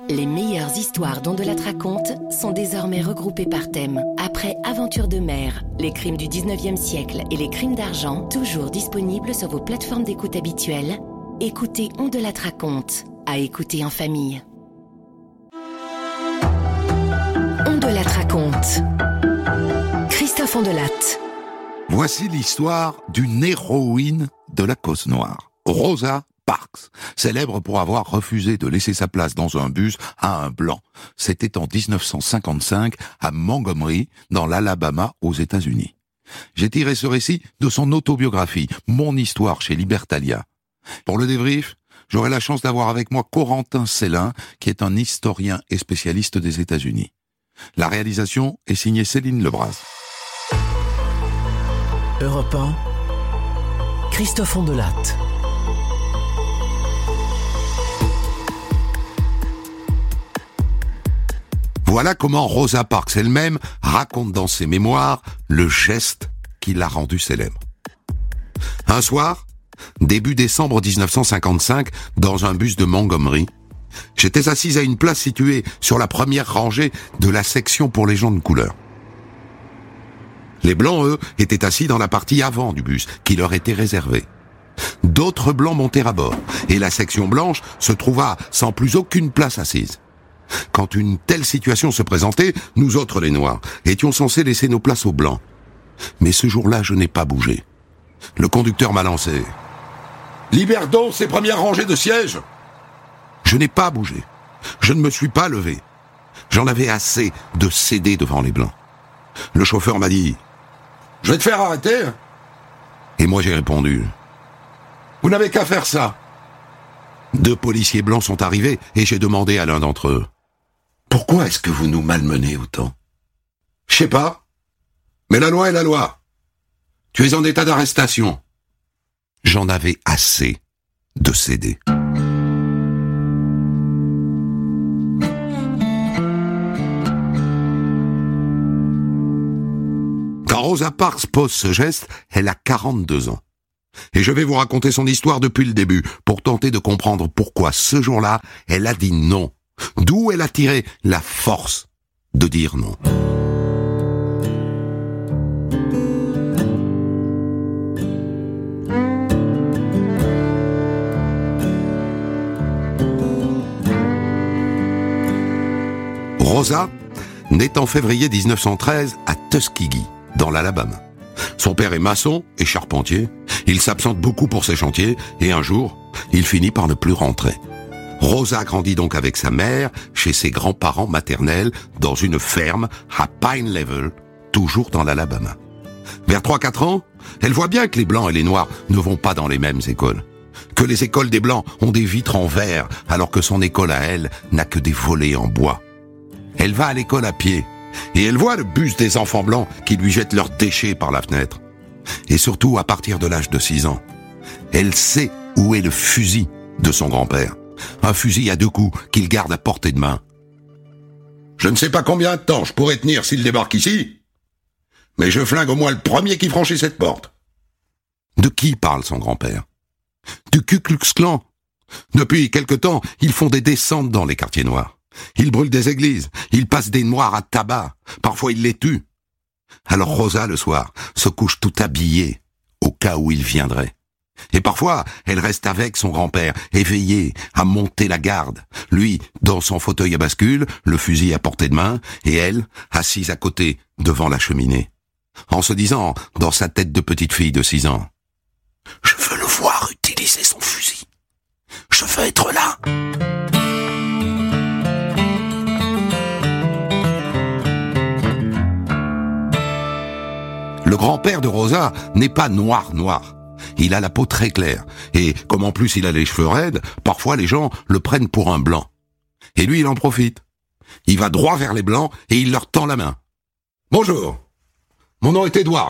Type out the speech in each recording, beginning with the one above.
Les meilleures histoires d'On-de-Lat raconte sont désormais regroupées par thème. Après Aventures de mer, les crimes du 19e siècle et les crimes d'argent, toujours disponibles sur vos plateformes d'écoute habituelles, écoutez On-de-Lat raconte, à écouter en famille. On-de-Lat raconte. Christophe On-de-Lat. Voici l'histoire d'une héroïne de la cause noire, Rosa Parks, célèbre pour avoir refusé de laisser sa place dans un bus à un blanc. C'était en 1955 à Montgomery, dans l'Alabama, aux États-Unis. J'ai tiré ce récit de son autobiographie, Mon histoire chez Libertalia. Pour le débrief, j'aurai la chance d'avoir avec moi Corentin Célin, qui est un historien et spécialiste des États-Unis. La réalisation est signée Céline Lebras. Europe 1, Christophe On-de-Lat. Voilà comment Rosa Parks elle-même raconte dans ses mémoires le geste qui l'a rendue célèbre. Un soir, début décembre 1955, dans un bus de Montgomery, j'étais assise à une place située sur la première rangée de la section pour les gens de couleur. Les blancs, eux, étaient assis dans la partie avant du bus, qui leur était réservée. D'autres blancs montèrent à bord, et la section blanche se trouva sans plus aucune place assise. Quand une telle situation se présentait, nous autres les noirs étions censés laisser nos places aux blancs. Mais ce jour-là, je n'ai pas bougé. Le conducteur m'a lancé. « Libère donc ces premières rangées de sièges !» Je n'ai pas bougé. Je ne me suis pas levé. J'en avais assez de céder devant les blancs. Le chauffeur m'a dit « Je vais te faire arrêter !» Et moi j'ai répondu « Vous n'avez qu'à faire ça !» 2 policiers blancs sont arrivés et j'ai demandé à l'un d'entre eux « Pourquoi est-ce que vous nous malmenez autant ?»« Je sais pas, mais la loi est la loi. Tu es en état d'arrestation. » J'en avais assez de céder. Quand Rosa Parks pose ce geste, elle a 42 ans. Et je vais vous raconter son histoire depuis le début, pour tenter de comprendre pourquoi ce jour-là, elle a dit non. D'où elle a tiré la force de dire non. Rosa naît en février 1913 à Tuskegee, dans l'Alabama. Son père est maçon et charpentier. Il s'absente beaucoup pour ses chantiers et un jour, il finit par ne plus rentrer. Rosa grandit donc avec sa mère chez ses grands-parents maternels dans une ferme à Pine Level, toujours dans l'Alabama. Vers 3-4 ans, elle voit bien que les Blancs et les Noirs ne vont pas dans les mêmes écoles. Que les écoles des Blancs ont des vitres en verre alors que son école à elle n'a que des volets en bois. Elle va à l'école à pied. Et elle voit le bus des enfants blancs qui lui jettent leurs déchets par la fenêtre. Et surtout, à partir de l'âge de 6 ans, elle sait où est le fusil de son grand-père. Un fusil à 2 coups qu'il garde à portée de main. Je ne sais pas combien de temps je pourrais tenir s'il débarque ici, mais je flingue au moins le premier qui franchit cette porte. De qui parle son grand-père? Du Ku Klux Klan. Depuis quelque temps, ils font des descentes dans les quartiers noirs. Ils brûlent des églises, ils passent des noirs à tabac, parfois ils les tuent. Alors Rosa, le soir, se couche tout habillée, au cas où il viendrait. Et parfois, elle reste avec son grand-père, éveillée, à monter la garde. Lui, dans son fauteuil à bascule, le fusil à portée de main, et elle, assise à côté, devant la cheminée. En se disant, dans sa tête de petite fille de 6 ans, « Je veux le voir utiliser son fusil. Je veux être là. » Le grand-père de Rosa n'est pas noir. Il a la peau très claire. Et comme en plus il a les cheveux raides, parfois les gens le prennent pour un blanc. Et lui, il en profite. Il va droit vers les blancs et il leur tend la main. « Bonjour, mon nom est Edward. »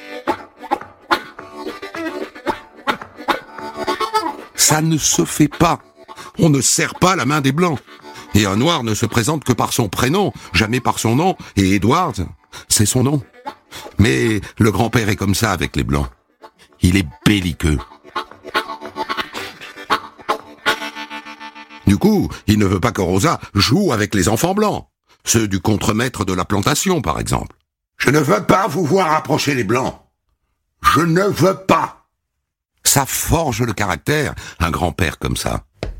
Ça ne se fait pas. On ne serre pas la main des blancs. Et un noir ne se présente que par son prénom, jamais par son nom. Et Edward, c'est son nom. Mais le grand-père est comme ça avec les blancs. Il est belliqueux. Du coup, il ne veut pas que Rosa joue avec les enfants blancs, ceux du contremaître de la plantation, par exemple. Je ne veux pas vous voir approcher les blancs. Je ne veux pas. Ça forge le caractère, un grand-père comme ça, non ?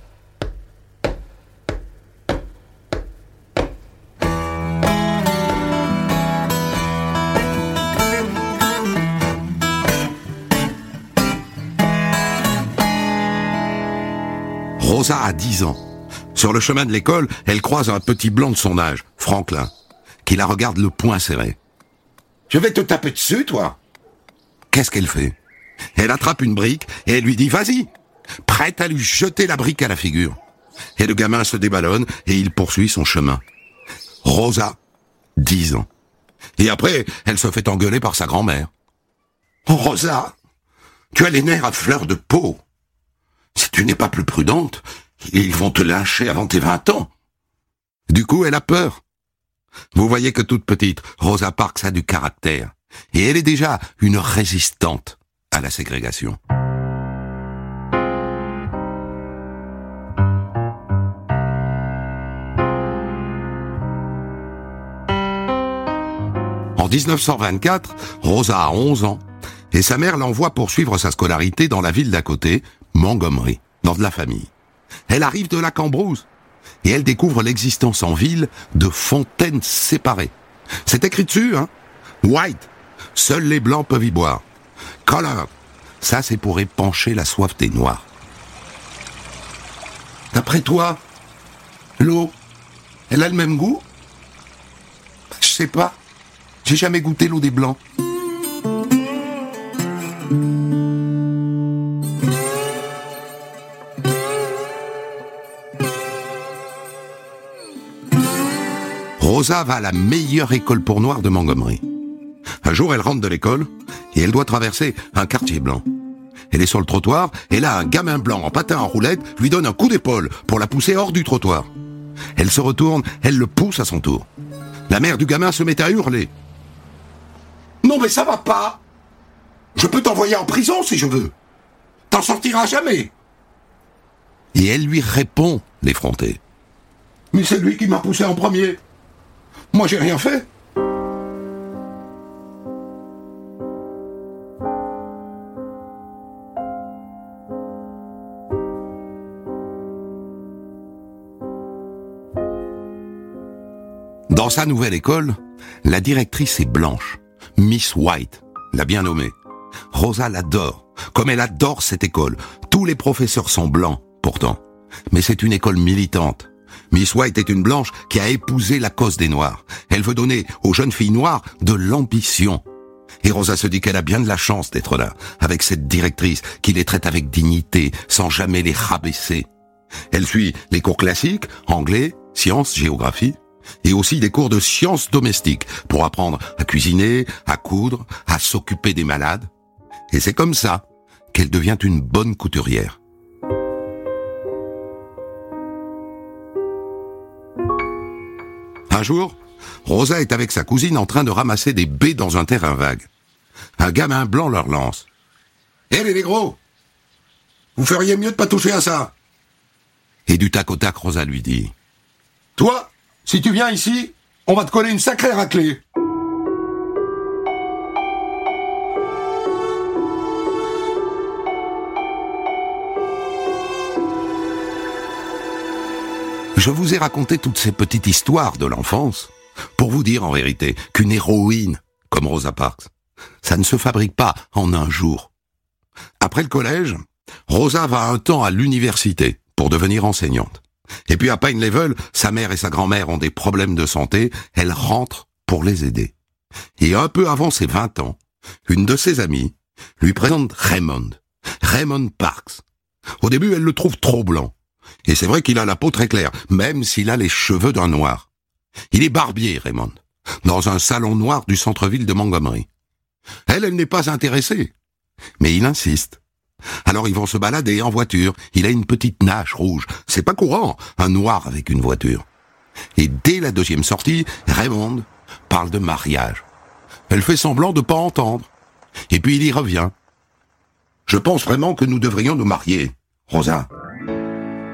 Rosa a 10 ans. Sur le chemin de l'école, elle croise un petit blanc de son âge, Franklin, qui la regarde le poing serré. « Je vais te taper dessus, toi !» Qu'est-ce qu'elle fait ? Elle attrape une brique et elle lui dit « Vas-y !» prête à lui jeter la brique à la figure. Et le gamin se déballonne et il poursuit son chemin. Rosa, 10 ans. Et après, elle se fait engueuler par sa grand-mère. « Oh Rosa, tu as les nerfs à fleur de peau. Si tu n'es pas plus prudente, ils vont te lyncher avant tes 20 ans. » Du coup, elle a peur. Vous voyez que toute petite, Rosa Parks a du caractère. Et elle est déjà une résistante à la ségrégation. En 1924, Rosa a 11 ans et sa mère l'envoie poursuivre sa scolarité dans la ville d'à côté, Montgomery, dans de la famille. Elle arrive de la Cambrousse et elle découvre l'existence en ville de fontaines séparées. C'est écrit dessus, hein ? White, seuls les blancs peuvent y boire. Colored, ça c'est pour épancher la soif des noirs. D'après toi, l'eau, elle a le même goût ? Je sais pas. J'ai jamais goûté l'eau des blancs. Rosa va à la meilleure école pour noirs de Montgomery. Un jour, elle rentre de l'école et elle doit traverser un quartier blanc. Elle est sur le trottoir et là, un gamin blanc en patin en roulette lui donne un coup d'épaule pour la pousser hors du trottoir. Elle se retourne, elle le pousse à son tour. La mère du gamin se met à hurler. « Non mais ça va pas. Je peux t'envoyer en prison si je veux. T'en sortiras jamais. » Et elle lui répond, l'effrontée. « Mais c'est lui qui m'a poussé en premier. Moi j'ai rien fait. » Dans sa nouvelle école, la directrice est blanche, Miss White, l'a bien nommée. Rosa l'adore, comme elle adore cette école. Tous les professeurs sont blancs, pourtant. Mais c'est une école militante. Miss White est une blanche qui a épousé la cause des Noirs. Elle veut donner aux jeunes filles noires de l'ambition. Et Rosa se dit qu'elle a bien de la chance d'être là, avec cette directrice qui les traite avec dignité, sans jamais les rabaisser. Elle suit les cours classiques, anglais, sciences, géographie, et aussi des cours de sciences domestiques pour apprendre à cuisiner, à coudre, à s'occuper des malades. Et c'est comme ça qu'elle devient une bonne couturière. Un jour, Rosa est avec sa cousine en train de ramasser des baies dans un terrain vague. Un gamin blanc leur lance. « Hé les négros, vous feriez mieux de pas toucher à ça !» Et du tac au tac, Rosa lui dit « Toi, si tu viens ici, on va te coller une sacrée raclée. » Je vous ai raconté toutes ces petites histoires de l'enfance pour vous dire en vérité qu'une héroïne comme Rosa Parks, ça ne se fabrique pas en un jour. Après le collège, Rosa va un temps à l'université pour devenir enseignante. Et puis à Pine Level, sa mère et sa grand-mère ont des problèmes de santé, elle rentre pour les aider. Et un peu avant ses 20 ans, une de ses amies lui présente Raymond Parks. Au début, elle le trouve trop blanc. Et c'est vrai qu'il a la peau très claire, même s'il a les cheveux d'un noir. Il est barbier, Raymond, dans un salon noir du centre-ville de Montgomery. Elle n'est pas intéressée, mais il insiste. Alors ils vont se balader en voiture, il a une petite nache rouge. C'est pas courant, un noir avec une voiture. Et dès la deuxième sortie, Raymond parle de mariage. Elle fait semblant de pas entendre. Et puis il y revient. « Je pense vraiment que nous devrions nous marier, Rosa. »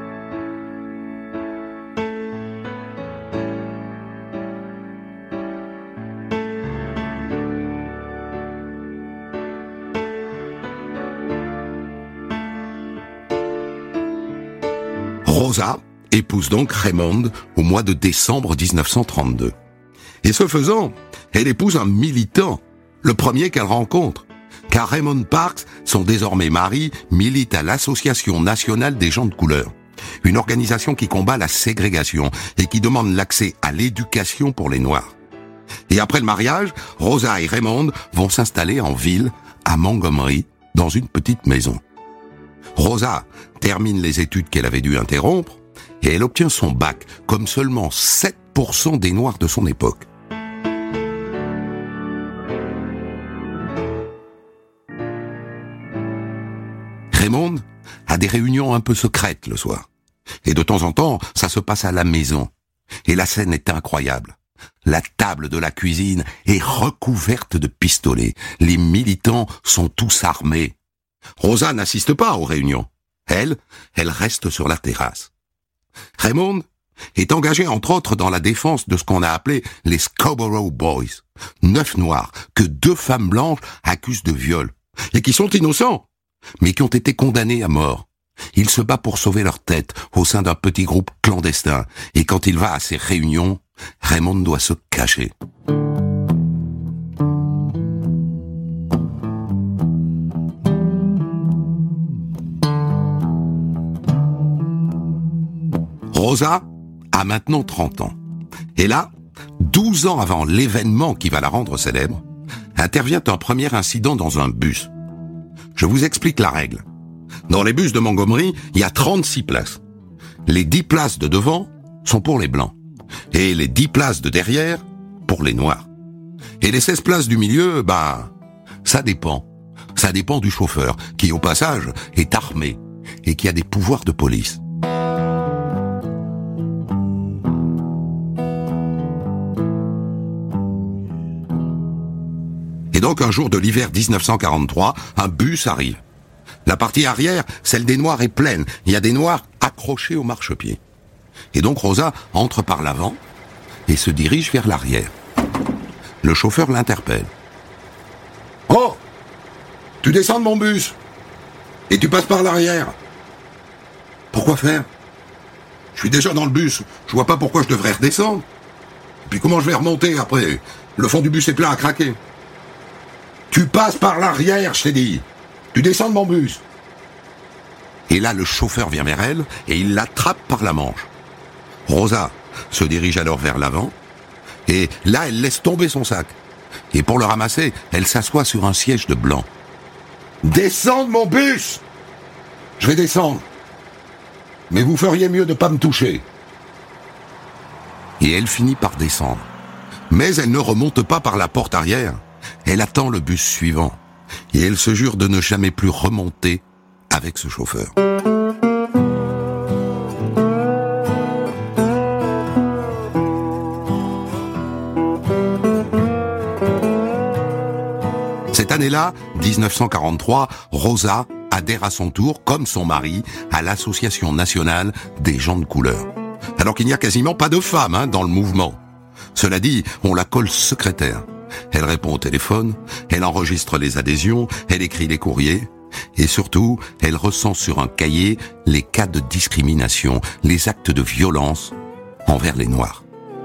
Rosa épouse donc Raymond au mois de décembre 1932. Et ce faisant, elle épouse un militant, le premier qu'elle rencontre. Car Raymond Parks, son désormais mari, milite à l'Association nationale des gens de couleur, une organisation qui combat la ségrégation et qui demande l'accès à l'éducation pour les Noirs. Et après le mariage, Rosa et Raymond vont s'installer en ville, à Montgomery, dans une petite maison. Rosa termine les études qu'elle avait dû interrompre et elle obtient son bac, comme seulement 7% des Noirs de son époque. Raymond a des réunions un peu secrètes le soir. Et de temps en temps, ça se passe à la maison. Et la scène est incroyable. La table de la cuisine est recouverte de pistolets. Les militants sont tous armés. Rosa n'assiste pas aux réunions. Elle reste sur la terrasse. Raymond est engagé entre autres dans la défense de ce qu'on a appelé les Scarborough Boys, 9 Noirs que 2 femmes blanches accusent de viol, et qui sont innocents, mais qui ont été condamnés à mort. Il se bat pour sauver leur tête au sein d'un petit groupe clandestin, et quand il va à ces réunions, Raymond doit se cacher. Rosa a maintenant 30 ans. Et là, 12 ans avant l'événement qui va la rendre célèbre, intervient un premier incident dans un bus. Je vous explique la règle. Dans les bus de Montgomery, il y a 36 places. Les 10 places de devant sont pour les Blancs. Et les 10 places de derrière, pour les Noirs. Et les 16 places du milieu, ça dépend. Ça dépend du chauffeur, qui au passage est armé et qui a des pouvoirs de police. Et donc un jour de l'hiver 1943, un bus arrive. La partie arrière, celle des Noirs, est pleine. Il y a des Noirs accrochés au marchepied. Et donc Rosa entre par l'avant et se dirige vers l'arrière. Le chauffeur l'interpelle. « Oh, tu descends de mon bus et tu passes par l'arrière. Pourquoi faire? Je suis déjà dans le bus, je vois pas pourquoi je devrais redescendre. Et puis comment je vais remonter après? Le fond du bus est plein à craquer. Tu passes par l'arrière, je t'ai dit. Tu descends de mon bus. » Et là, le chauffeur vient vers elle et il l'attrape par la manche. Rosa se dirige alors vers l'avant et là, elle laisse tomber son sac. Et pour le ramasser, elle s'assoit sur un siège de blanc. « Descends de mon bus !»« Je vais descendre. Mais vous feriez mieux de pas me toucher. » Et elle finit par descendre. Mais elle ne remonte pas par la porte arrière. Elle attend le bus suivant. Et elle se jure de ne jamais plus remonter avec ce chauffeur. Cette année-là, 1943, Rosa adhère à son tour, comme son mari, à l'Association nationale des gens de couleur. Alors qu'il n'y a quasiment pas de femmes dans le mouvement. Cela dit, on la colle secrétaire. Elle répond au téléphone, elle enregistre les adhésions, elle écrit les courriers, et surtout, elle recense sur un cahier les cas de discrimination, les actes de violence envers les Noirs.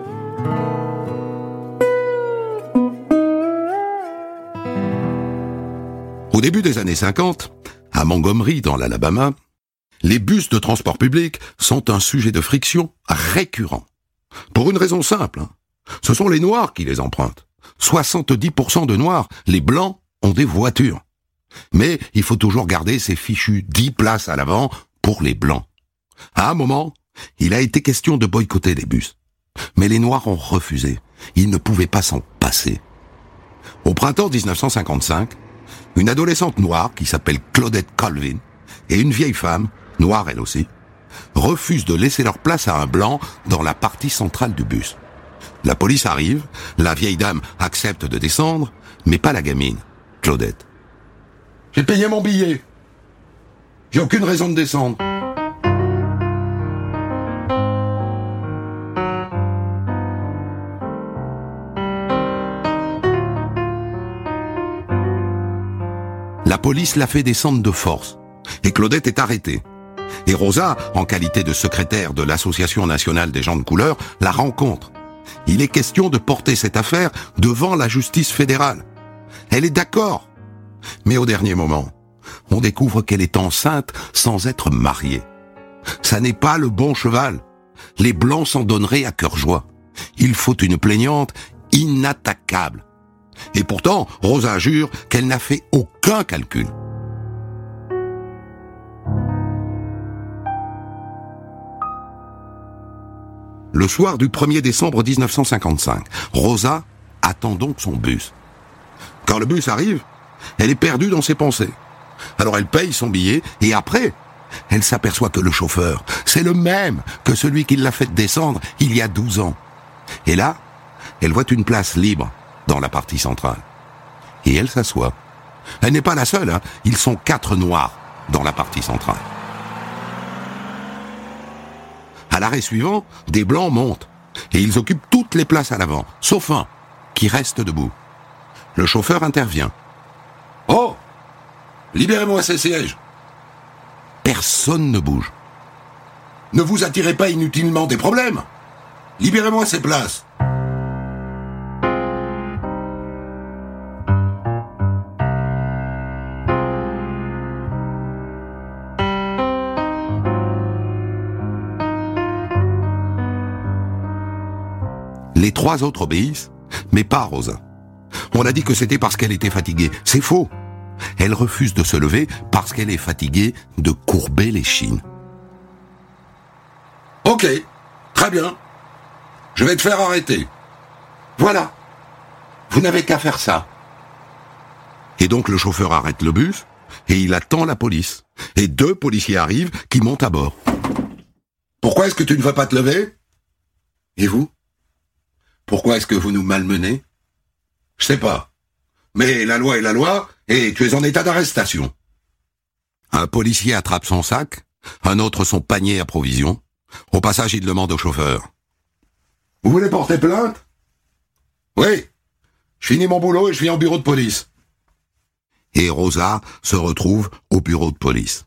Au début des années 50, à Montgomery, dans l'Alabama, les bus de transport public sont un sujet de friction récurrent. Pour une raison simple, ce sont les Noirs qui les empruntent. 70% de Noirs, les Blancs, ont des voitures. Mais il faut toujours garder ces fichus 10 places à l'avant pour les Blancs. À un moment, il a été question de boycotter les bus. Mais les Noirs ont refusé. Ils ne pouvaient pas s'en passer. Au printemps 1955, une adolescente noire qui s'appelle Claudette Colvin et une vieille femme, noire elle aussi, refusent de laisser leur place à un Blanc dans la partie centrale du bus. La police arrive, la vieille dame accepte de descendre, mais pas la gamine, Claudette. « J'ai payé mon billet. J'ai aucune raison de descendre. » La police l'a fait descendre de force, et Claudette est arrêtée. Et Rosa, en qualité de secrétaire de l'Association nationale des gens de couleur, la rencontre. Il est question de porter cette affaire devant la justice fédérale. Elle est d'accord. Mais au dernier moment, on découvre qu'elle est enceinte sans être mariée. Ça n'est pas le bon cheval. Les Blancs s'en donneraient à cœur joie. Il faut une plaignante inattaquable. Et pourtant, Rosa jure qu'elle n'a fait aucun calcul. Le soir du 1er décembre 1955, Rosa attend donc son bus. Quand le bus arrive, elle est perdue dans ses pensées. Alors elle paye son billet et après, elle s'aperçoit que le chauffeur, c'est le même que celui qui l'a fait descendre il y a 12 ans. Et là, elle voit une place libre dans la partie centrale. Et elle s'assoit. Elle n'est pas la seule, hein. Ils sont 4 noirs dans la partie centrale. À l'arrêt suivant, des Blancs montent. Et ils occupent toutes les places à l'avant, sauf un, qui reste debout. Le chauffeur intervient. « Oh! Libérez-moi ces sièges !» Personne ne bouge. « Ne vous attirez pas inutilement des problèmes. Libérez-moi ces places. » Les 3 autres obéissent, mais pas Rosa. On a dit que c'était parce qu'elle était fatiguée. C'est faux. Elle refuse de se lever parce qu'elle est fatiguée de courber l'échine. « Ok, très bien. Je vais te faire arrêter. Voilà. Vous n'avez qu'à faire ça. » Et donc le chauffeur arrête le bus et il attend la police. Et 2 policiers arrivent qui montent à bord. « Pourquoi est-ce que tu ne vas pas te lever ? Et vous ? Pourquoi est-ce que vous nous malmenez ? Je sais pas. Mais la loi est la loi, et tu es en état d'arrestation. » Un policier attrape son sac, un autre son panier à provisions. Au passage, il demande au chauffeur. « Vous voulez porter plainte ? » ?»« Oui. Je finis mon boulot et je viens au bureau de police. » Et Rosa se retrouve au bureau de police.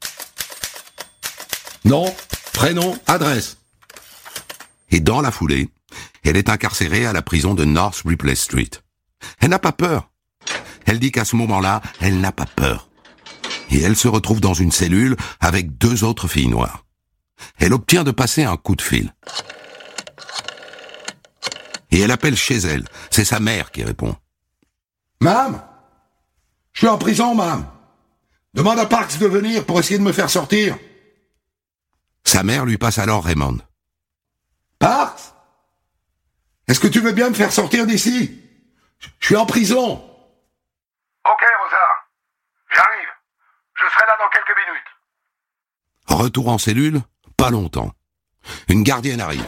Nom, prénom, adresse. Et dans la foulée, elle est incarcérée à la prison de North Ripley Street. Elle n'a pas peur. Elle dit qu'à ce moment-là, elle n'a pas peur. Et elle se retrouve dans une cellule avec 2 autres filles noires. Elle obtient de passer un coup de fil. Et elle appelle chez elle. C'est sa mère qui répond. « Mam, je suis en prison, mam. Demande à Parks de venir pour essayer de me faire sortir. » Sa mère lui passe alors Raymond. « Parks ? Est-ce que tu veux bien me faire sortir d'ici ? Je suis en prison. » « Ok, Rosa. J'arrive. Je serai là dans quelques minutes. » Retour en cellule, pas longtemps. Une gardienne arrive.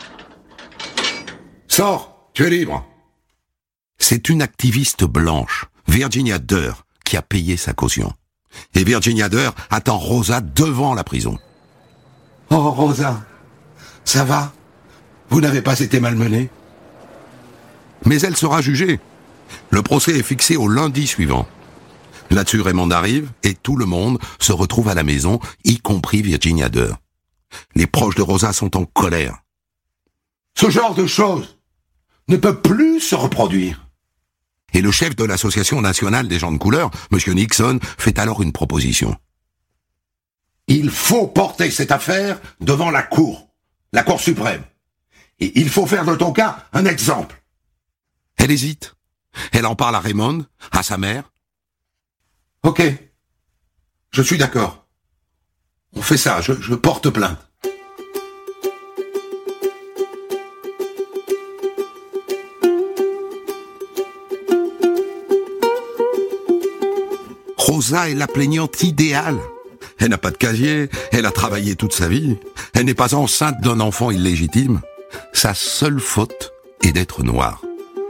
« Sors, tu es libre. » C'est une activiste blanche, Virginia Dare, qui a payé sa caution. Et Virginia Dare attend Rosa devant la prison. « Oh, Rosa, ça va ? Vous n'avez pas été malmenée ? » Mais elle sera jugée. Le procès est fixé au lundi suivant. Là-dessus, Raymond arrive et tout le monde se retrouve à la maison, y compris Virginia Dare. Les proches de Rosa sont en colère. Ce genre de choses ne peut plus se reproduire. Et le chef de l'Association nationale des gens de couleur, M. Nixon, fait alors une proposition. Il faut porter cette affaire devant la Cour suprême. Et il faut faire de ton cas un exemple. Elle hésite. Elle en parle à Raymond, à sa mère. Ok, je suis d'accord. On fait ça, je porte plainte. Rosa est la plaignante idéale. Elle n'a pas de casier, elle a travaillé toute sa vie, elle n'est pas enceinte d'un enfant illégitime. Sa seule faute est d'être noire.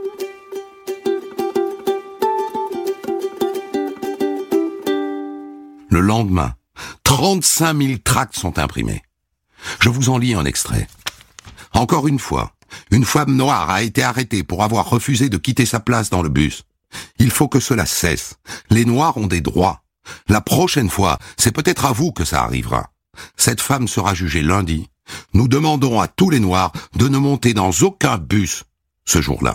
Le lendemain, 35 000 tracts sont imprimés. Je vous en lis un extrait. Encore une fois, une femme noire a été arrêtée pour avoir refusé de quitter sa place dans le bus. Il faut que cela cesse. Les Noirs ont des droits. La prochaine fois, c'est peut-être à vous que ça arrivera. cette femme sera jugée lundi. Nous demandons à tous les Noirs de ne monter dans aucun bus ce jour-là.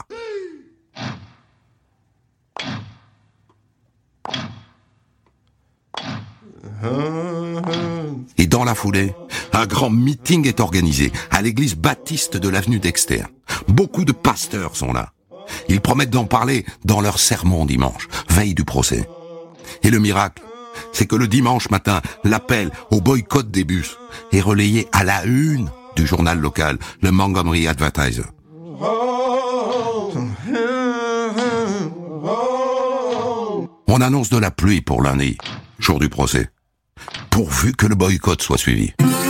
Et dans la foulée, un grand meeting est organisé à l'église baptiste de l'avenue Dexter. Beaucoup de pasteurs sont là. Ils promettent d'en parler dans leur sermon dimanche, veille du procès. Et le miracle, c'est que le dimanche matin, l'appel au boycott des bus est relayé à la une du journal local, le Montgomery Advertiser. On annonce de la pluie pour lundi, jour du procès, pourvu que le boycott soit suivi.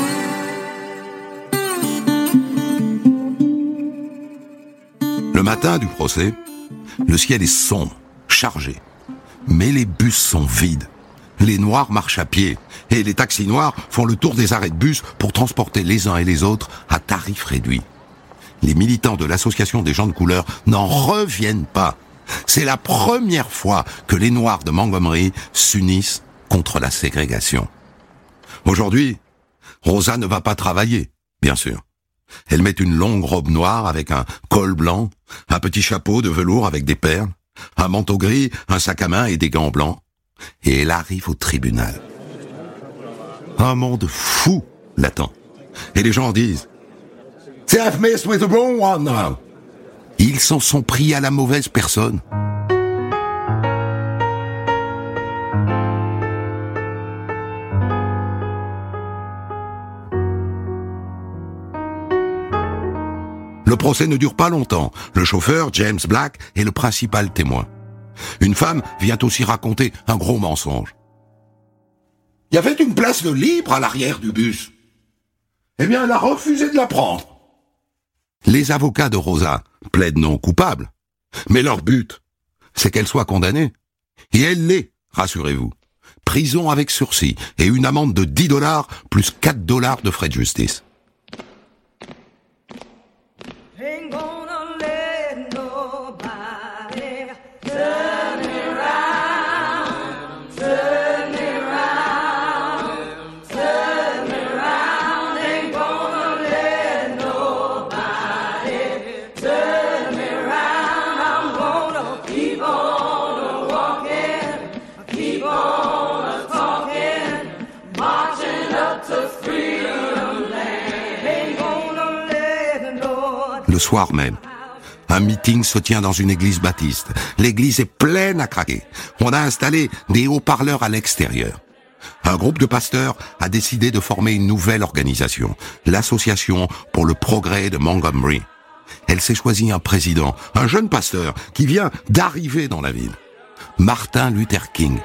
Le matin du procès, le ciel est sombre, chargé, mais les bus sont vides. Les Noirs marchent à pied et les taxis noirs font le tour des arrêts de bus pour transporter les uns et les autres à tarif réduit. Les militants de l'association des gens de couleur n'en reviennent pas. C'est la première fois que les Noirs de Montgomery s'unissent contre la ségrégation. Aujourd'hui, Rosa ne va pas travailler, bien sûr. Elle met une longue robe noire avec un col blanc, un petit chapeau de velours avec des perles, un manteau gris, un sac à main et des gants blancs. Et elle arrive au tribunal. Un monde fou l'attend. Et les gens disent « They've messed with the wrong one now ». Ils s'en sont pris à la mauvaise personne. Le procès ne dure pas longtemps. Le chauffeur, James Black, est le principal témoin. Une femme vient aussi raconter un gros mensonge. Il y avait une place de libre à l'arrière du bus. Eh bien, elle a refusé de la prendre. Les avocats de Rosa plaident non coupable, mais leur but, c'est qu'elle soit condamnée. Et elle l'est, rassurez-vous. Prison avec sursis et une amende de $10 plus $4 de frais de justice. Le soir même, un meeting se tient dans une église baptiste. L'église est pleine à craquer. On a installé des haut-parleurs à l'extérieur. Un groupe de pasteurs a décidé de former une nouvelle organisation, l'Association pour le progrès de Montgomery. Elle s'est choisie un président, un jeune pasteur qui vient d'arriver dans la ville, Martin Luther King.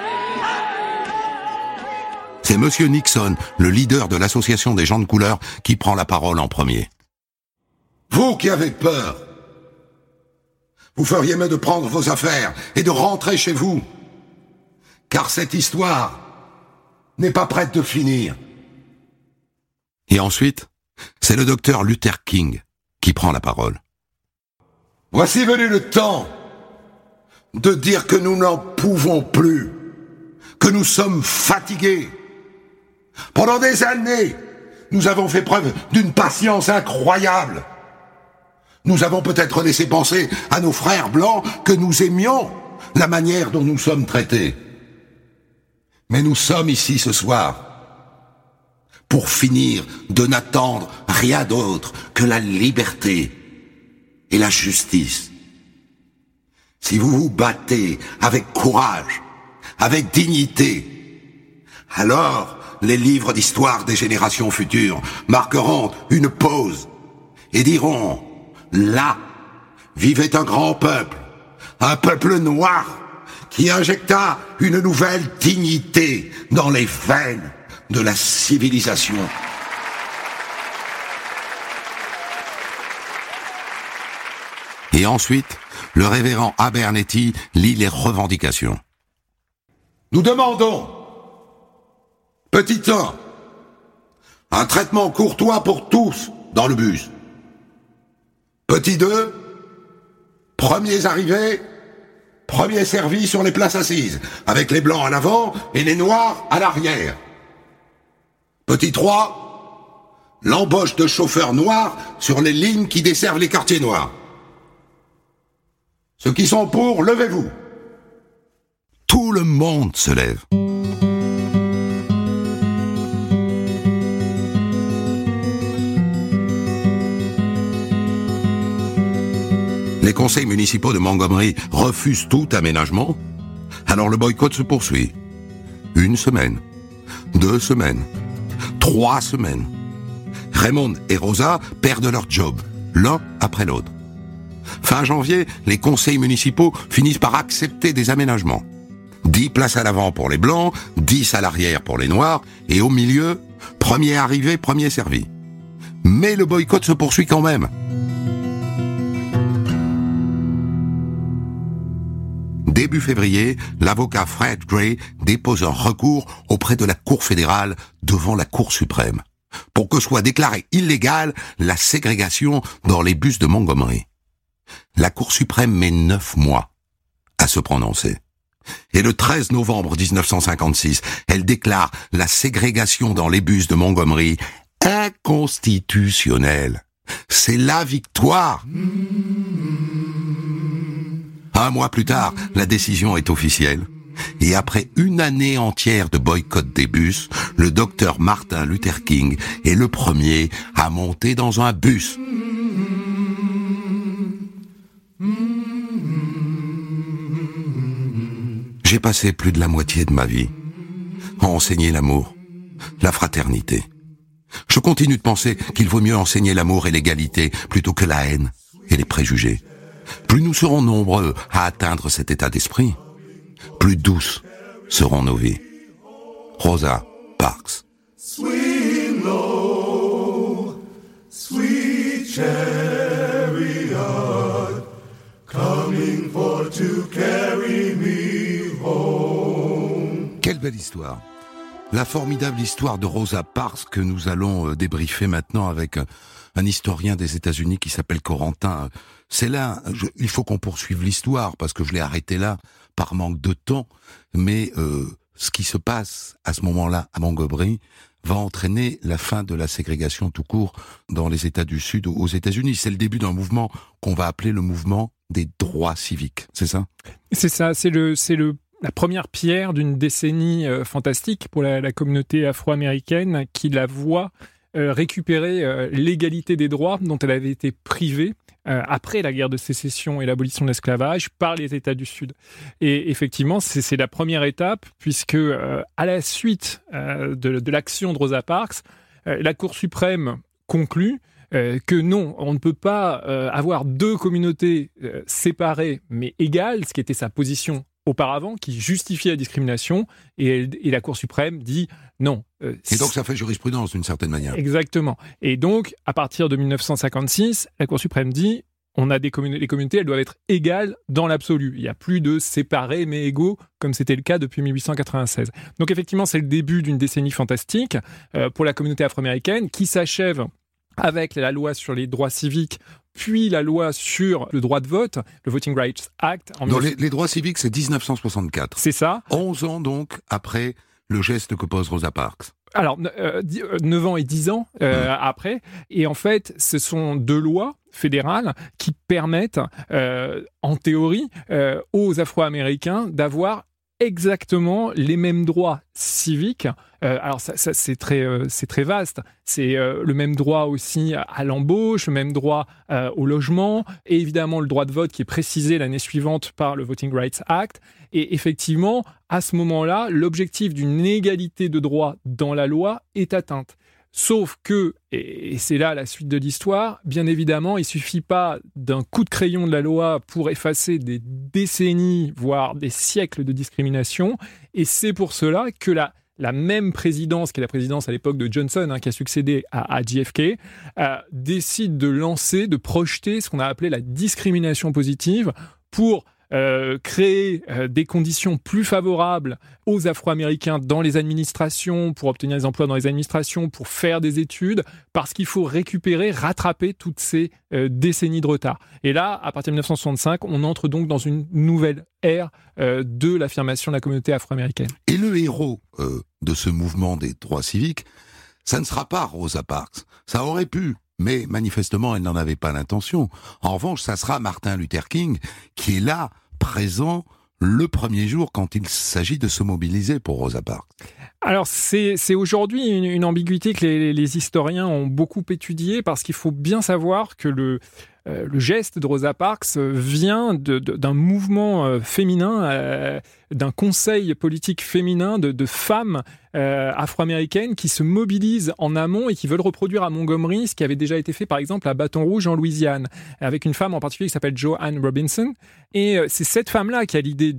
C'est Monsieur Nixon, le leader de l'Association des gens de couleur, qui prend la parole en premier. Vous qui avez peur, vous feriez mieux de prendre vos affaires et de rentrer chez vous, car cette histoire n'est pas prête de finir. Et ensuite, c'est le docteur Luther King qui prend la parole. Voici venu le temps de dire que nous n'en pouvons plus, que nous sommes fatigués. Pendant des années, nous avons fait preuve d'une patience incroyable. Nous avons peut-être laissé penser à nos frères blancs que nous aimions la manière dont nous sommes traités. Mais nous sommes ici ce soir pour finir de n'attendre rien d'autre que la liberté et la justice. Si vous vous battez avec courage, avec dignité, alors les livres d'histoire des générations futures marqueront une pause et diront: là vivait un grand peuple, un peuple noir qui injecta une nouvelle dignité dans les veines de la civilisation. Et ensuite, le révérend Abernethy lit les revendications. Nous demandons, petit 1, un traitement courtois pour tous dans le bus. Petit 2, premiers arrivés, premiers servis sur les places assises, avec les blancs à l'avant et les noirs à l'arrière. Petit 3, l'embauche de chauffeurs noirs sur les lignes qui desservent les quartiers noirs. Ceux qui sont pour, levez-vous. Tout le monde se lève. Les conseils municipaux de Montgomery refusent tout aménagement. Alors le boycott se poursuit. 1 semaine, 2 semaines, 3 semaines. Raymond et Rosa perdent leur job, l'un après l'autre. Fin janvier, les conseils municipaux finissent par accepter des aménagements. 10 places à l'avant pour les blancs, 10 à l'arrière pour les noirs, et au milieu, premier arrivé, premier servi. Mais le boycott se poursuit quand même. Début février, l'avocat Fred Gray dépose un recours auprès de la Cour fédérale devant la Cour suprême pour que soit déclarée illégale la ségrégation dans les bus de Montgomery. La Cour suprême met 9 mois à se prononcer. Et le 13 novembre 1956, elle déclare la ségrégation dans les bus de Montgomery inconstitutionnelle. C'est la victoire. 1 mois plus tard, la décision est officielle. Et après 1 année entière de boycott des bus, le docteur Martin Luther King est le premier à monter dans un bus. J'ai passé plus de la moitié de ma vie à enseigner l'amour, la fraternité. Je continue de penser qu'il vaut mieux enseigner l'amour et l'égalité plutôt que la haine et les préjugés. Plus nous serons nombreux à atteindre cet état d'esprit, plus douces seront nos vies. Rosa Parks. Sweet Lord, sweet chariot, coming for to carry me home. Quelle belle histoire. La formidable histoire de Rosa Parks que nous allons débriefer maintenant avec un historien des États-Unis qui s'appelle Corentin. C'est là, il faut qu'on poursuive l'histoire parce que je l'ai arrêté là par manque de temps, mais ce qui se passe à ce moment-là à Montgomery va entraîner la fin de la ségrégation tout court dans les États du Sud aux États-Unis. C'est le début d'un mouvement qu'on va appeler le mouvement des droits civiques, c'est ça ? C'est ça, c'est la première pierre d'une décennie fantastique pour la communauté afro-américaine qui la voit récupérer l'égalité des droits dont elle avait été privée après la guerre de sécession et l'abolition de l'esclavage par les États du Sud. Et effectivement, c'est la première étape puisque à la suite de l'action de Rosa Parks, la Cour suprême conclut que non, on ne peut pas avoir 2 communautés séparées mais égales, ce qui était sa position auparavant, qui justifiait la discrimination, et la Cour suprême dit non. Et donc ça fait jurisprudence d'une certaine manière. Exactement. Et donc, à partir de 1956, la Cour suprême dit on a les communautés, elles doivent être égales dans l'absolu. Il n'y a plus de séparés mais égaux, comme c'était le cas depuis 1896. Donc effectivement, c'est le début d'une décennie fantastique pour la communauté afro-américaine qui s'achève avec la loi sur les droits civiques, puis la loi sur le droit de vote, le Voting Rights Act. Les droits civiques, c'est 1964. C'est ça. 11 ans donc après le geste que pose Rosa Parks. Alors, 9 ans et 10 ans après. Et en fait, ce sont 2 lois fédérales qui permettent, en théorie, aux Afro-Américains d'avoir exactement les mêmes droits civiques. Alors ça c'est très vaste. C'est le même droit aussi à l'embauche, le même droit au logement, et évidemment le droit de vote qui est précisé l'année suivante par le Voting Rights Act. Et effectivement, à ce moment-là, l'objectif d'une égalité de droits dans la loi est atteinte. Sauf que, et c'est là la suite de l'histoire, bien évidemment, il suffit pas d'un coup de crayon de la loi pour effacer des décennies, voire des siècles de discrimination. Et c'est pour cela que la même présidence, qui est la présidence à l'époque de Johnson, qui a succédé à JFK, décide de lancer, de projeter ce qu'on a appelé la discrimination positive pour créer des conditions plus favorables aux Afro-Américains dans les administrations, pour obtenir des emplois dans les administrations, pour faire des études, parce qu'il faut rattraper toutes ces décennies de retard. Et là, à partir de 1965, on entre donc dans une nouvelle ère de l'affirmation de la communauté afro-américaine. Et le héros de ce mouvement des droits civiques, Ça ne sera pas Rosa Parks. Ça aurait pu, mais manifestement, elle n'en avait pas l'intention. En revanche, ça sera Martin Luther King qui est là, présent, le premier jour quand il s'agit de se mobiliser pour Rosa Parks. Alors, c'est aujourd'hui une ambiguïté que les historiens ont beaucoup étudiée, parce qu'il faut bien savoir que le geste de Rosa Parks vient d'un mouvement féminin, d'un conseil politique féminin de femmes afro-américaines qui se mobilisent en amont et qui veulent reproduire à Montgomery ce qui avait déjà été fait par exemple à Baton Rouge en Louisiane, avec une femme en particulier qui s'appelle Joanne Robinson. Et c'est cette femme-là qui a l'idée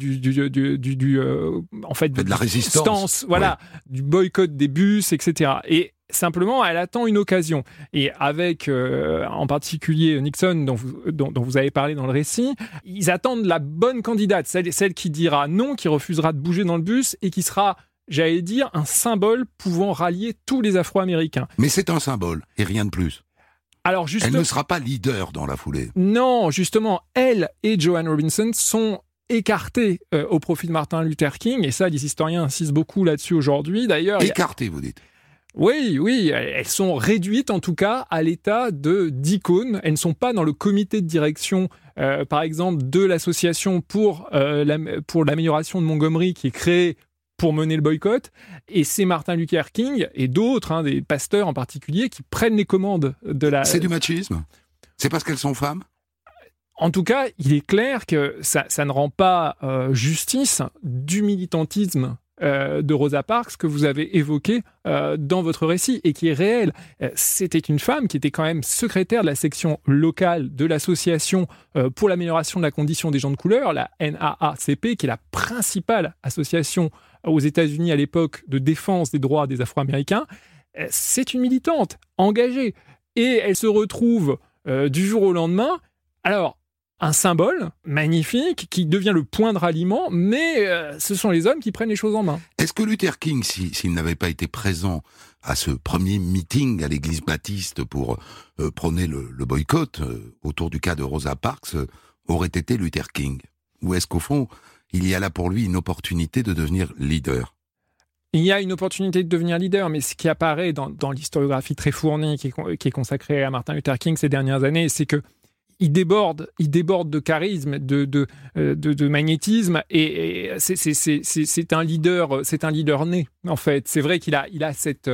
en fait de la résistance, voilà, du boycott des bus, etc. Et simplement, elle attend une occasion. Et avec, en particulier, Nixon, dont vous avez parlé dans le récit, ils attendent la bonne candidate, celle qui dira non, qui refusera de bouger dans le bus et qui sera, j'allais dire, un symbole pouvant rallier tous les Afro-Américains. Mais c'est un symbole, et rien de plus. Alors elle ne sera pas leader dans la foulée. Non, justement, elle et Joanne Robinson sont écartées au profit de Martin Luther King, et ça, les historiens insistent beaucoup là-dessus aujourd'hui. D'ailleurs, écartées, vous dites? Oui, elles sont réduites en tout cas à l'état d'icônes. Elles ne sont pas dans le comité de direction, par exemple, de l'association pour l'amélioration de Montgomery qui est créée pour mener le boycott. Et c'est Martin Luther King et d'autres, des pasteurs en particulier, qui prennent les commandes de la... C'est du machisme? C'est parce qu'elles sont femmes? En tout cas, il est clair que ça ne rend pas justice du militantisme de Rosa Parks que vous avez évoqué dans votre récit et qui est réel. C'était une femme qui était quand même secrétaire de la section locale de l'association pour l'amélioration de la condition des gens de couleur, la NAACP, qui est la principale association aux États-Unis à l'époque de défense des droits des Afro-Américains. C'est une militante engagée et elle se retrouve du jour au lendemain. Alors, un symbole magnifique qui devient le point de ralliement, mais ce sont les hommes qui prennent les choses en main. Est-ce que Luther King, s'il n'avait pas été présent à ce premier meeting à l'église baptiste pour prôner le boycott autour du cas de Rosa Parks, aurait été Luther King? Ou est-ce qu'au fond, il y a là pour lui une opportunité de devenir leader? Il y a une opportunité de devenir leader, mais ce qui apparaît dans l'historiographie très fournie qui est consacrée à Martin Luther King ces dernières années, c'est que il déborde de charisme, de magnétisme, et c'est un leader né en fait. C'est vrai qu'il a cette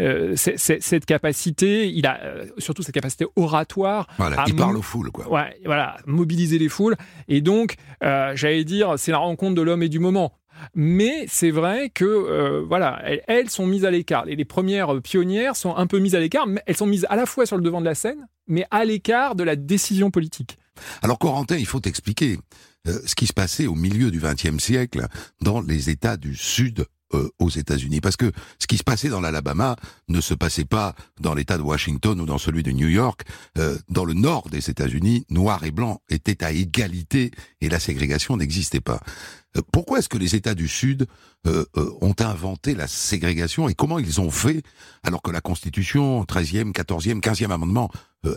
capacité, il a surtout cette capacité oratoire. Voilà, il parle aux foules, quoi. Ouais, voilà, mobiliser les foules. Et donc, j'allais dire, c'est la rencontre de l'homme et du moment. Mais c'est vrai que elles sont mises à l'écart. Et les premières pionnières sont un peu mises à l'écart, mais elles sont mises à la fois sur le devant de la scène, mais à l'écart de la décision politique. Alors Corentin, il faut expliquer ce qui se passait au milieu du XXe siècle dans les États du Sud aux États-Unis. Parce que ce qui se passait dans l'Alabama ne se passait pas dans l'État de Washington ou dans celui de New York. Dans le nord des États-Unis, noirs et blancs étaient à égalité et la ségrégation n'existait pas. Pourquoi est-ce que les États du Sud ont inventé la ségrégation et comment ils ont fait alors que la Constitution, 13e, 14e, 15e amendement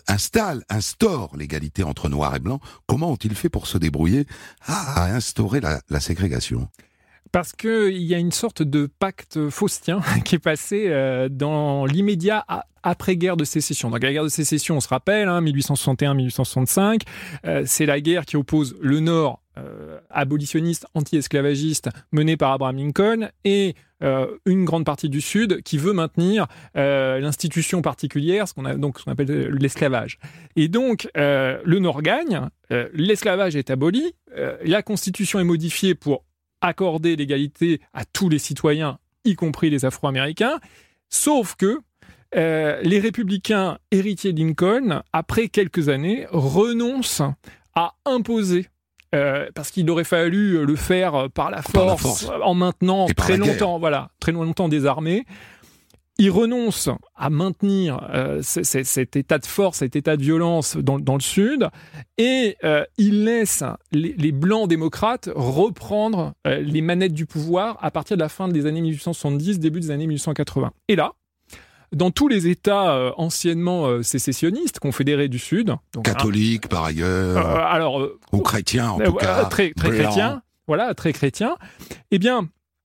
instaure l'égalité entre noirs et blancs? Comment ont-ils fait pour se débrouiller à instaurer la ségrégation? Parce qu'il y a une sorte de pacte faustien qui est passé dans l'immédiat après-guerre de sécession. Donc la guerre de sécession, on se rappelle, 1861-1865, c'est la guerre qui oppose le Nord abolitionniste, anti-esclavagiste, mené par Abraham Lincoln, et une grande partie du Sud qui veut maintenir l'institution particulière, ce qu'on appelle l'esclavage. Et donc, le Nord gagne, l'esclavage est aboli, la Constitution est modifiée pour accorder l'égalité à tous les citoyens, y compris les Afro-Américains, sauf que les républicains héritiers de Lincoln, après quelques années, renoncent à imposer, parce qu'il aurait fallu le faire par la force. En maintenant très longtemps des armées. Ils renoncent à maintenir cet état de force, cet état de violence dans le Sud, et ils laissent les Blancs démocrates reprendre les manettes du pouvoir à partir de la fin des années 1870, début des années 1880. Et là, dans tous les États anciennement sécessionnistes, confédérés du Sud... Donc, catholiques, par ailleurs, ou chrétiens en tout cas, très chrétiens, voilà, très chrétiens, eh bien...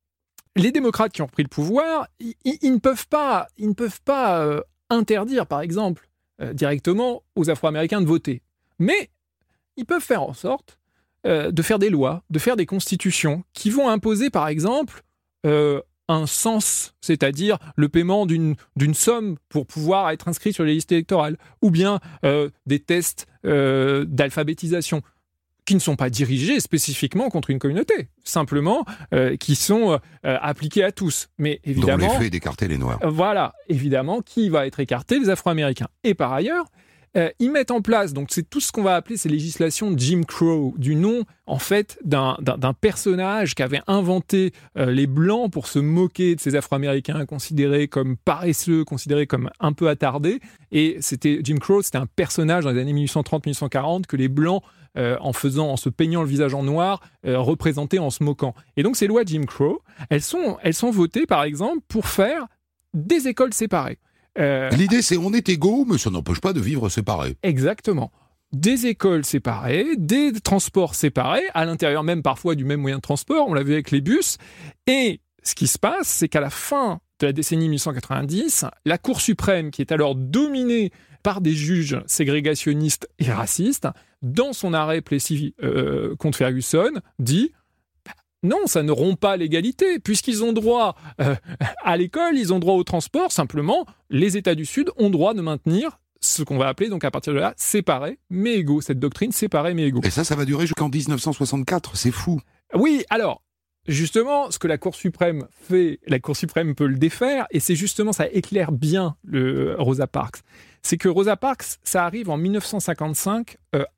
les démocrates qui ont repris le pouvoir, ils ne peuvent pas interdire, par exemple, directement aux Afro-Américains de voter. Mais ils peuvent faire en sorte de faire des lois, de faire des constitutions qui vont imposer, par exemple, un cens, c'est-à-dire le paiement d'une somme pour pouvoir être inscrit sur les listes électorales, ou bien des tests d'alphabétisation qui ne sont pas dirigés spécifiquement contre une communauté, simplement qui sont appliqués à tous. Mais évidemment, dont l'effet d'écarter les Noirs. Voilà, évidemment, qui va être écarté? Les Afro-Américains. Et par ailleurs, ils mettent en place, donc c'est tout ce qu'on va appeler ces législations Jim Crow, du nom en fait d'un personnage qu'avaient inventé les Blancs pour se moquer de ces Afro-Américains considérés comme paresseux, considérés comme un peu attardés. Et Jim Crow, c'était un personnage dans les années 1830-1840 que les Blancs, en se peignant le visage en noir, représentaient en se moquant. Et donc ces lois Jim Crow, elles sont votées par exemple pour faire des écoles séparées. L'idée, c'est on est égaux, mais ça n'empêche pas de vivre séparés. Exactement. Des écoles séparées, des transports séparés, à l'intérieur même parfois du même moyen de transport, on l'a vu avec les bus. Et ce qui se passe, c'est qu'à la fin de la décennie 1890, la Cour suprême, qui est alors dominée par des juges ségrégationnistes et racistes, dans son arrêt Plessy contre Ferguson, dit... Non, ça ne rompt pas l'égalité, puisqu'ils ont droit à l'école, ils ont droit au transport, simplement, les États du Sud ont droit de maintenir ce qu'on va appeler, donc à partir de là, séparés mais égaux, cette doctrine séparés mais égaux. Et ça va durer jusqu'en 1964, c'est fou. Oui, alors, justement, ce que la Cour suprême fait, la Cour suprême peut le défaire, et c'est justement, ça éclaire bien Rosa Parks. C'est que Rosa Parks, ça arrive en 1955,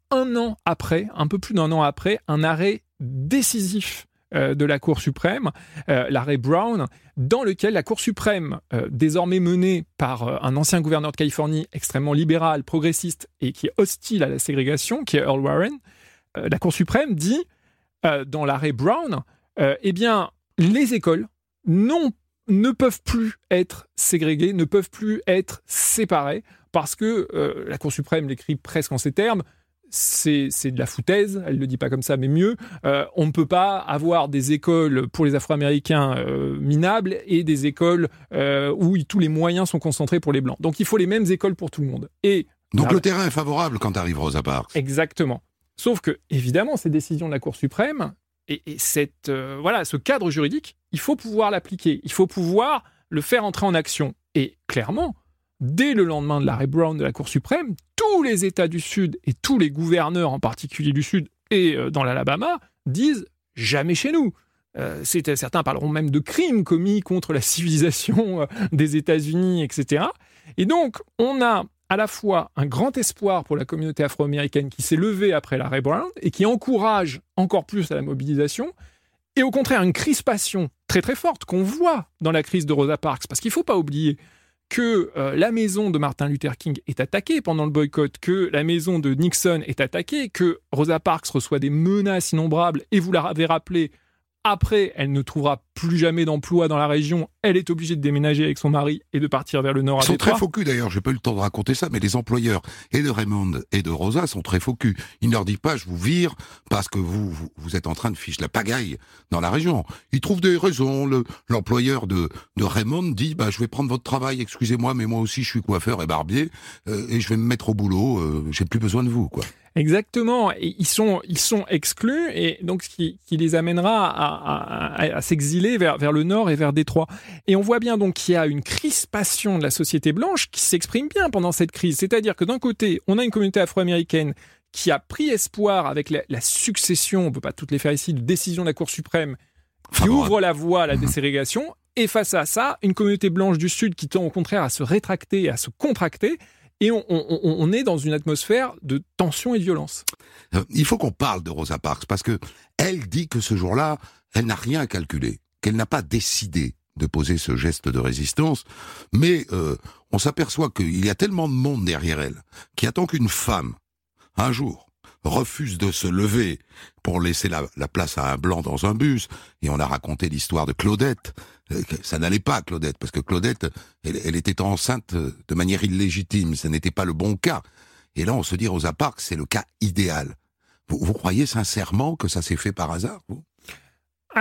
un peu plus d'un an après, un arrêt décisif de la Cour suprême, l'arrêt Brown, dans lequel la Cour suprême, désormais menée par un ancien gouverneur de Californie extrêmement libéral, progressiste et qui est hostile à la ségrégation, qui est Earl Warren, la Cour suprême dit, dans l'arrêt Brown, eh bien, les écoles ne peuvent plus être ségrégées, ne peuvent plus être séparées, parce que la Cour suprême l'écrit presque en ces termes, c'est de la foutaise, elle ne le dit pas comme ça, mais mieux. On ne peut pas avoir des écoles pour les Afro-Américains minables et des écoles où tous les moyens sont concentrés pour les Blancs. Donc il faut les mêmes écoles pour tout le monde. Donc le terrain est favorable quand arrive Rosa Parks. Exactement. Sauf que, évidemment, ces décisions de la Cour suprême et ce cadre juridique, il faut pouvoir l'appliquer, il faut pouvoir le faire entrer en action. Et clairement, dès le lendemain de l'arrêt Brown de la Cour suprême, tous les États du Sud et tous les gouverneurs, en particulier du Sud et dans l'Alabama, disent « jamais chez nous ». Certains parleront même de crimes commis contre la civilisation des États-Unis, etc. Et donc, on a à la fois un grand espoir pour la communauté afro-américaine qui s'est levée après l'arrêt Brown et qui encourage encore plus à la mobilisation, et au contraire une crispation très très forte qu'on voit dans la crise de Rosa Parks, parce qu'il ne faut pas oublier que la maison de Martin Luther King est attaquée pendant le boycott, que la maison de Nixon est attaquée, que Rosa Parks reçoit des menaces innombrables, et vous l'avez rappelé, après, elle ne trouvera plus jamais d'emploi dans la région, elle est obligée de déménager avec son mari et de partir vers le nord à Détroit. Ils sont très focus d'ailleurs, j'ai pas eu le temps de raconter ça, mais les employeurs et de Raymond et de Rosa sont très focus. Ils ne leur disent pas, je vous vire parce que vous êtes en train de ficher la pagaille dans la région. Ils trouvent des raisons. L'employeur de Raymond dit, je vais prendre votre travail, excusez-moi, mais moi aussi je suis coiffeur et barbier, et je vais me mettre au boulot, j'ai plus besoin de vous, quoi. Exactement, et ils sont exclus, et donc ce qui les amènera à s'exiler vers le nord et vers Détroit. Et on voit bien donc qu'il y a une crispation de la société blanche qui s'exprime bien pendant cette crise. C'est-à-dire que d'un côté, on a une communauté afro-américaine qui a pris espoir avec la succession, on ne peut pas toutes les faire ici, de décisions de la Cour suprême qui ouvre la voie à la déségrégation, et face à ça, une communauté blanche du Sud qui tend au contraire à se rétracter, à se contracter. Et on est dans une atmosphère de tension et de violence. Il faut qu'on parle de Rosa Parks, parce que elle dit que ce jour-là, elle n'a rien calculé, qu'elle n'a pas décidé de poser ce geste de résistance, mais on s'aperçoit qu'il y a tellement de monde derrière elle, qui attend qu'une femme, un jour, refuse de se lever pour laisser la place à un blanc dans un bus. Et on a raconté l'histoire de Claudette. Ça n'allait pas, Claudette, parce que Claudette, elle était enceinte de manière illégitime. Ce n'était pas le bon cas. Et là, on se dit, Rosa Parks, c'est le cas idéal. Vous croyez sincèrement que ça s'est fait par hasard, vous ? Alors,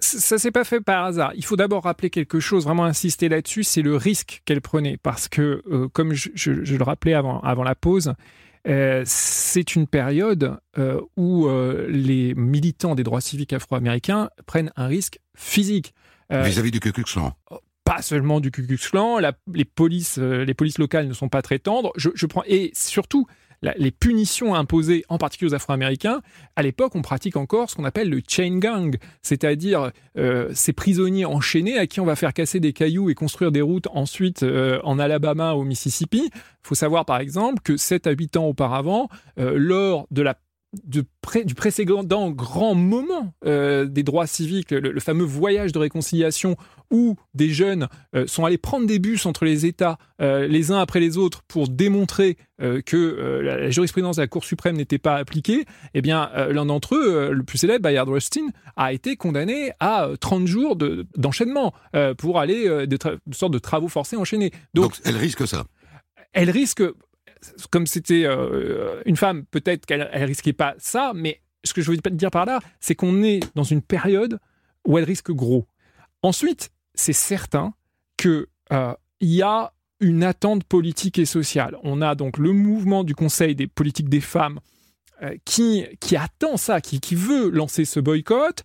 Ça s'est pas fait par hasard. Il faut d'abord rappeler quelque chose, vraiment insister là-dessus, c'est le risque qu'elle prenait. Parce que, comme je le rappelais avant la pause, c'est une période où les militants des droits civiques afro-américains prennent un risque physique. Vis-à-vis du Ku Klux Klan. Pas seulement du Ku Klux Klan, les polices locales ne sont pas très tendres. Et surtout, les punitions imposées, en particulier aux Afro-Américains, à l'époque, on pratique encore ce qu'on appelle le chain gang, c'est-à-dire ces prisonniers enchaînés à qui on va faire casser des cailloux et construire des routes ensuite en Alabama, au Mississippi. Il faut savoir, par exemple, que 7 à 8 ans auparavant, lors du précédent grand moment des droits civiques, le fameux voyage de réconciliation où des jeunes sont allés prendre des bus entre les États les uns après les autres pour démontrer que la jurisprudence de la Cour suprême n'était pas appliquée, eh bien l'un d'entre eux, le plus célèbre, Bayard Rustin, a été condamné à 30 jours d'enchaînement pour aller de sorte de travaux forcés enchaînés. Donc elle risque ça. Elle risque... Comme c'était une femme, peut-être qu'elle risquait pas ça, mais ce que je veux dire par là, c'est qu'on est dans une période où elle risque gros. Ensuite, c'est certain qu'il y a une attente politique et sociale. On a donc le mouvement du Conseil des politiques des femmes qui attend ça, qui veut lancer ce boycott.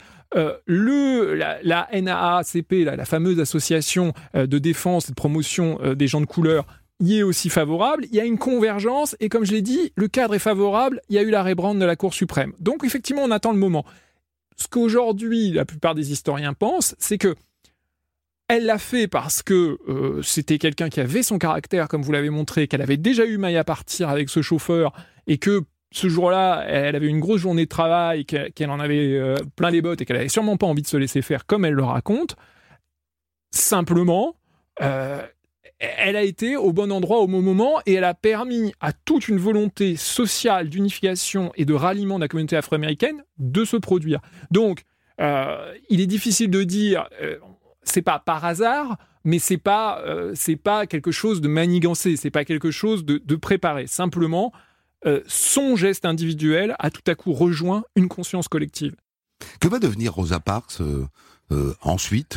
La NAACP, la fameuse association de défense et de promotion des gens de couleur, y est aussi favorable, il y a une convergence, et comme je l'ai dit, le cadre est favorable, il y a eu l'arrêt Brown de la Cour suprême. Donc effectivement, on attend le moment. Ce qu'aujourd'hui, la plupart des historiens pensent, c'est que elle l'a fait parce que c'était quelqu'un qui avait son caractère, comme vous l'avez montré, qu'elle avait déjà eu maille à partir avec ce chauffeur, et que ce jour-là, elle avait une grosse journée de travail, qu'elle en avait plein les bottes, et qu'elle avait sûrement pas envie de se laisser faire, comme elle le raconte. Simplement... elle a été au bon endroit au bon moment et elle a permis à toute une volonté sociale d'unification et de ralliement de la communauté afro-américaine de se produire. Donc, il est difficile de dire, c'est pas par hasard, mais c'est pas quelque chose de manigancé, c'est pas quelque chose de préparé. Simplement, son geste individuel a tout à coup rejoint une conscience collective. Que va devenir Rosa Parks ensuite ?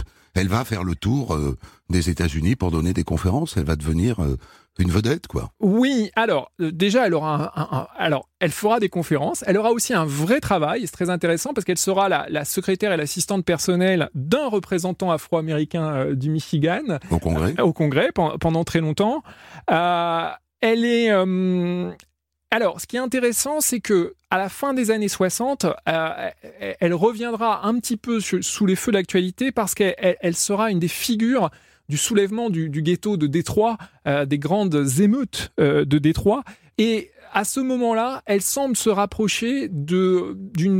Elle va faire le tour des États-Unis pour donner des conférences. Elle va devenir une vedette, quoi. Oui, alors déjà, elle aura elle fera des conférences. Elle aura aussi un vrai travail. C'est très intéressant parce qu'elle sera la secrétaire et l'assistante personnelle d'un représentant afro-américain du Michigan au Congrès pendant très longtemps. Elle est Alors, ce qui est intéressant, c'est que à la fin des années 60, elle reviendra un petit peu sous les feux de l'actualité parce qu'elle sera une des figures du soulèvement du ghetto de Détroit, des grandes émeutes de Détroit. Et à ce moment-là, elle semble se rapprocher de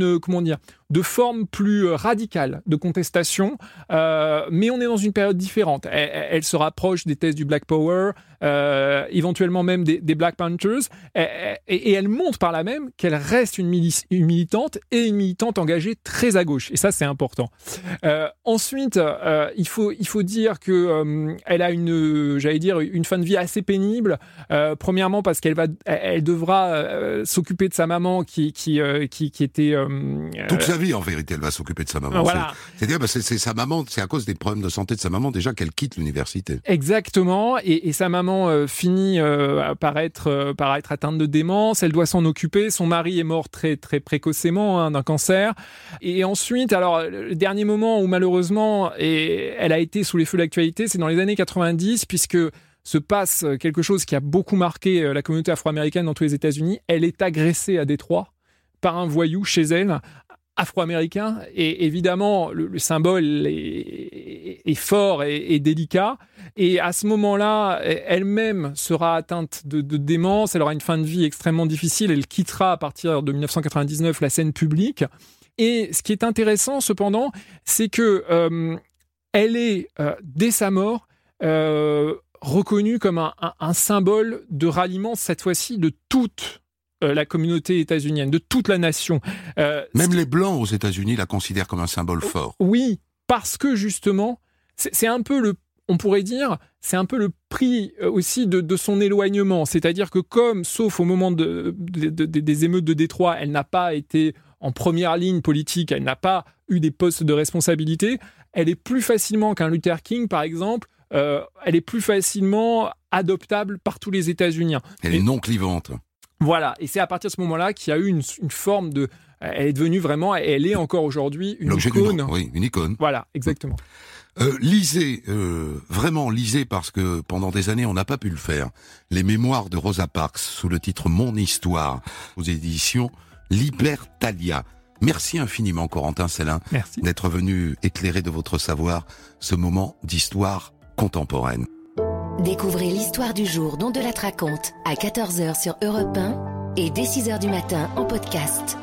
formes plus radicales de contestation, mais on est dans une période différente. Elle se rapproche des thèses du Black Power, éventuellement même des Black Panthers, et elle montre par là même qu'elle reste une militante et une militante engagée très à gauche. Et ça, c'est important. Ensuite, il faut dire que elle a une fin de vie assez pénible. Premièrement, parce qu'elle devra s'occuper de sa maman qui était toute sa vie en vérité elle va s'occuper de sa maman. Voilà. C'est-à-dire c'est sa maman, c'est à cause des problèmes de santé de sa maman déjà qu'elle quitte l'université. Exactement, et sa maman finit par être atteinte de démence. Elle doit s'en occuper. Son mari est mort très très précocement d'un cancer. Et ensuite, alors le dernier moment où malheureusement elle a été sous les feux de l'actualité, c'est dans les années 90 puisque se passe quelque chose qui a beaucoup marqué la communauté afro-américaine dans tous les États-Unis. Elle est agressée à Détroit par un voyou chez elle, afro-américain, et évidemment le symbole est fort et délicat. Et à ce moment-là, elle-même sera atteinte de démence. Elle aura une fin de vie extrêmement difficile. Elle quittera à partir de 1999 la scène publique. Et ce qui est intéressant cependant, c'est que elle est dès sa mort reconnue comme un symbole de ralliement, cette fois-ci, de toute la communauté états-unienne, de toute la nation. Même les Blancs aux États-Unis la considèrent comme un symbole fort. Oui, parce que justement, c'est un peu on pourrait dire, c'est un peu le prix aussi de son éloignement. C'est-à-dire que sauf au moment des émeutes de Détroit, elle n'a pas été en première ligne politique, elle n'a pas eu des postes de responsabilité, elle est plus facilement qu'un Luther King, par exemple, elle est plus facilement adoptable par tous les États-Unis. Elle est non clivante. Voilà, et c'est à partir de ce moment-là qu'il y a eu une forme de... Elle est devenue vraiment, elle est encore aujourd'hui une icône. Oui, une icône. Voilà, exactement. Lisez, vraiment lisez, parce que pendant des années on n'a pas pu le faire. Les mémoires de Rosa Parks sous le titre Mon Histoire aux éditions Libertalia. Merci infiniment Corentin Sellin d'être venu éclairer de votre savoir ce moment d'histoire contemporaine. Découvrez l'histoire du jour dont Delattre raconte à 14h sur Europe 1 et dès 6h du matin en podcast.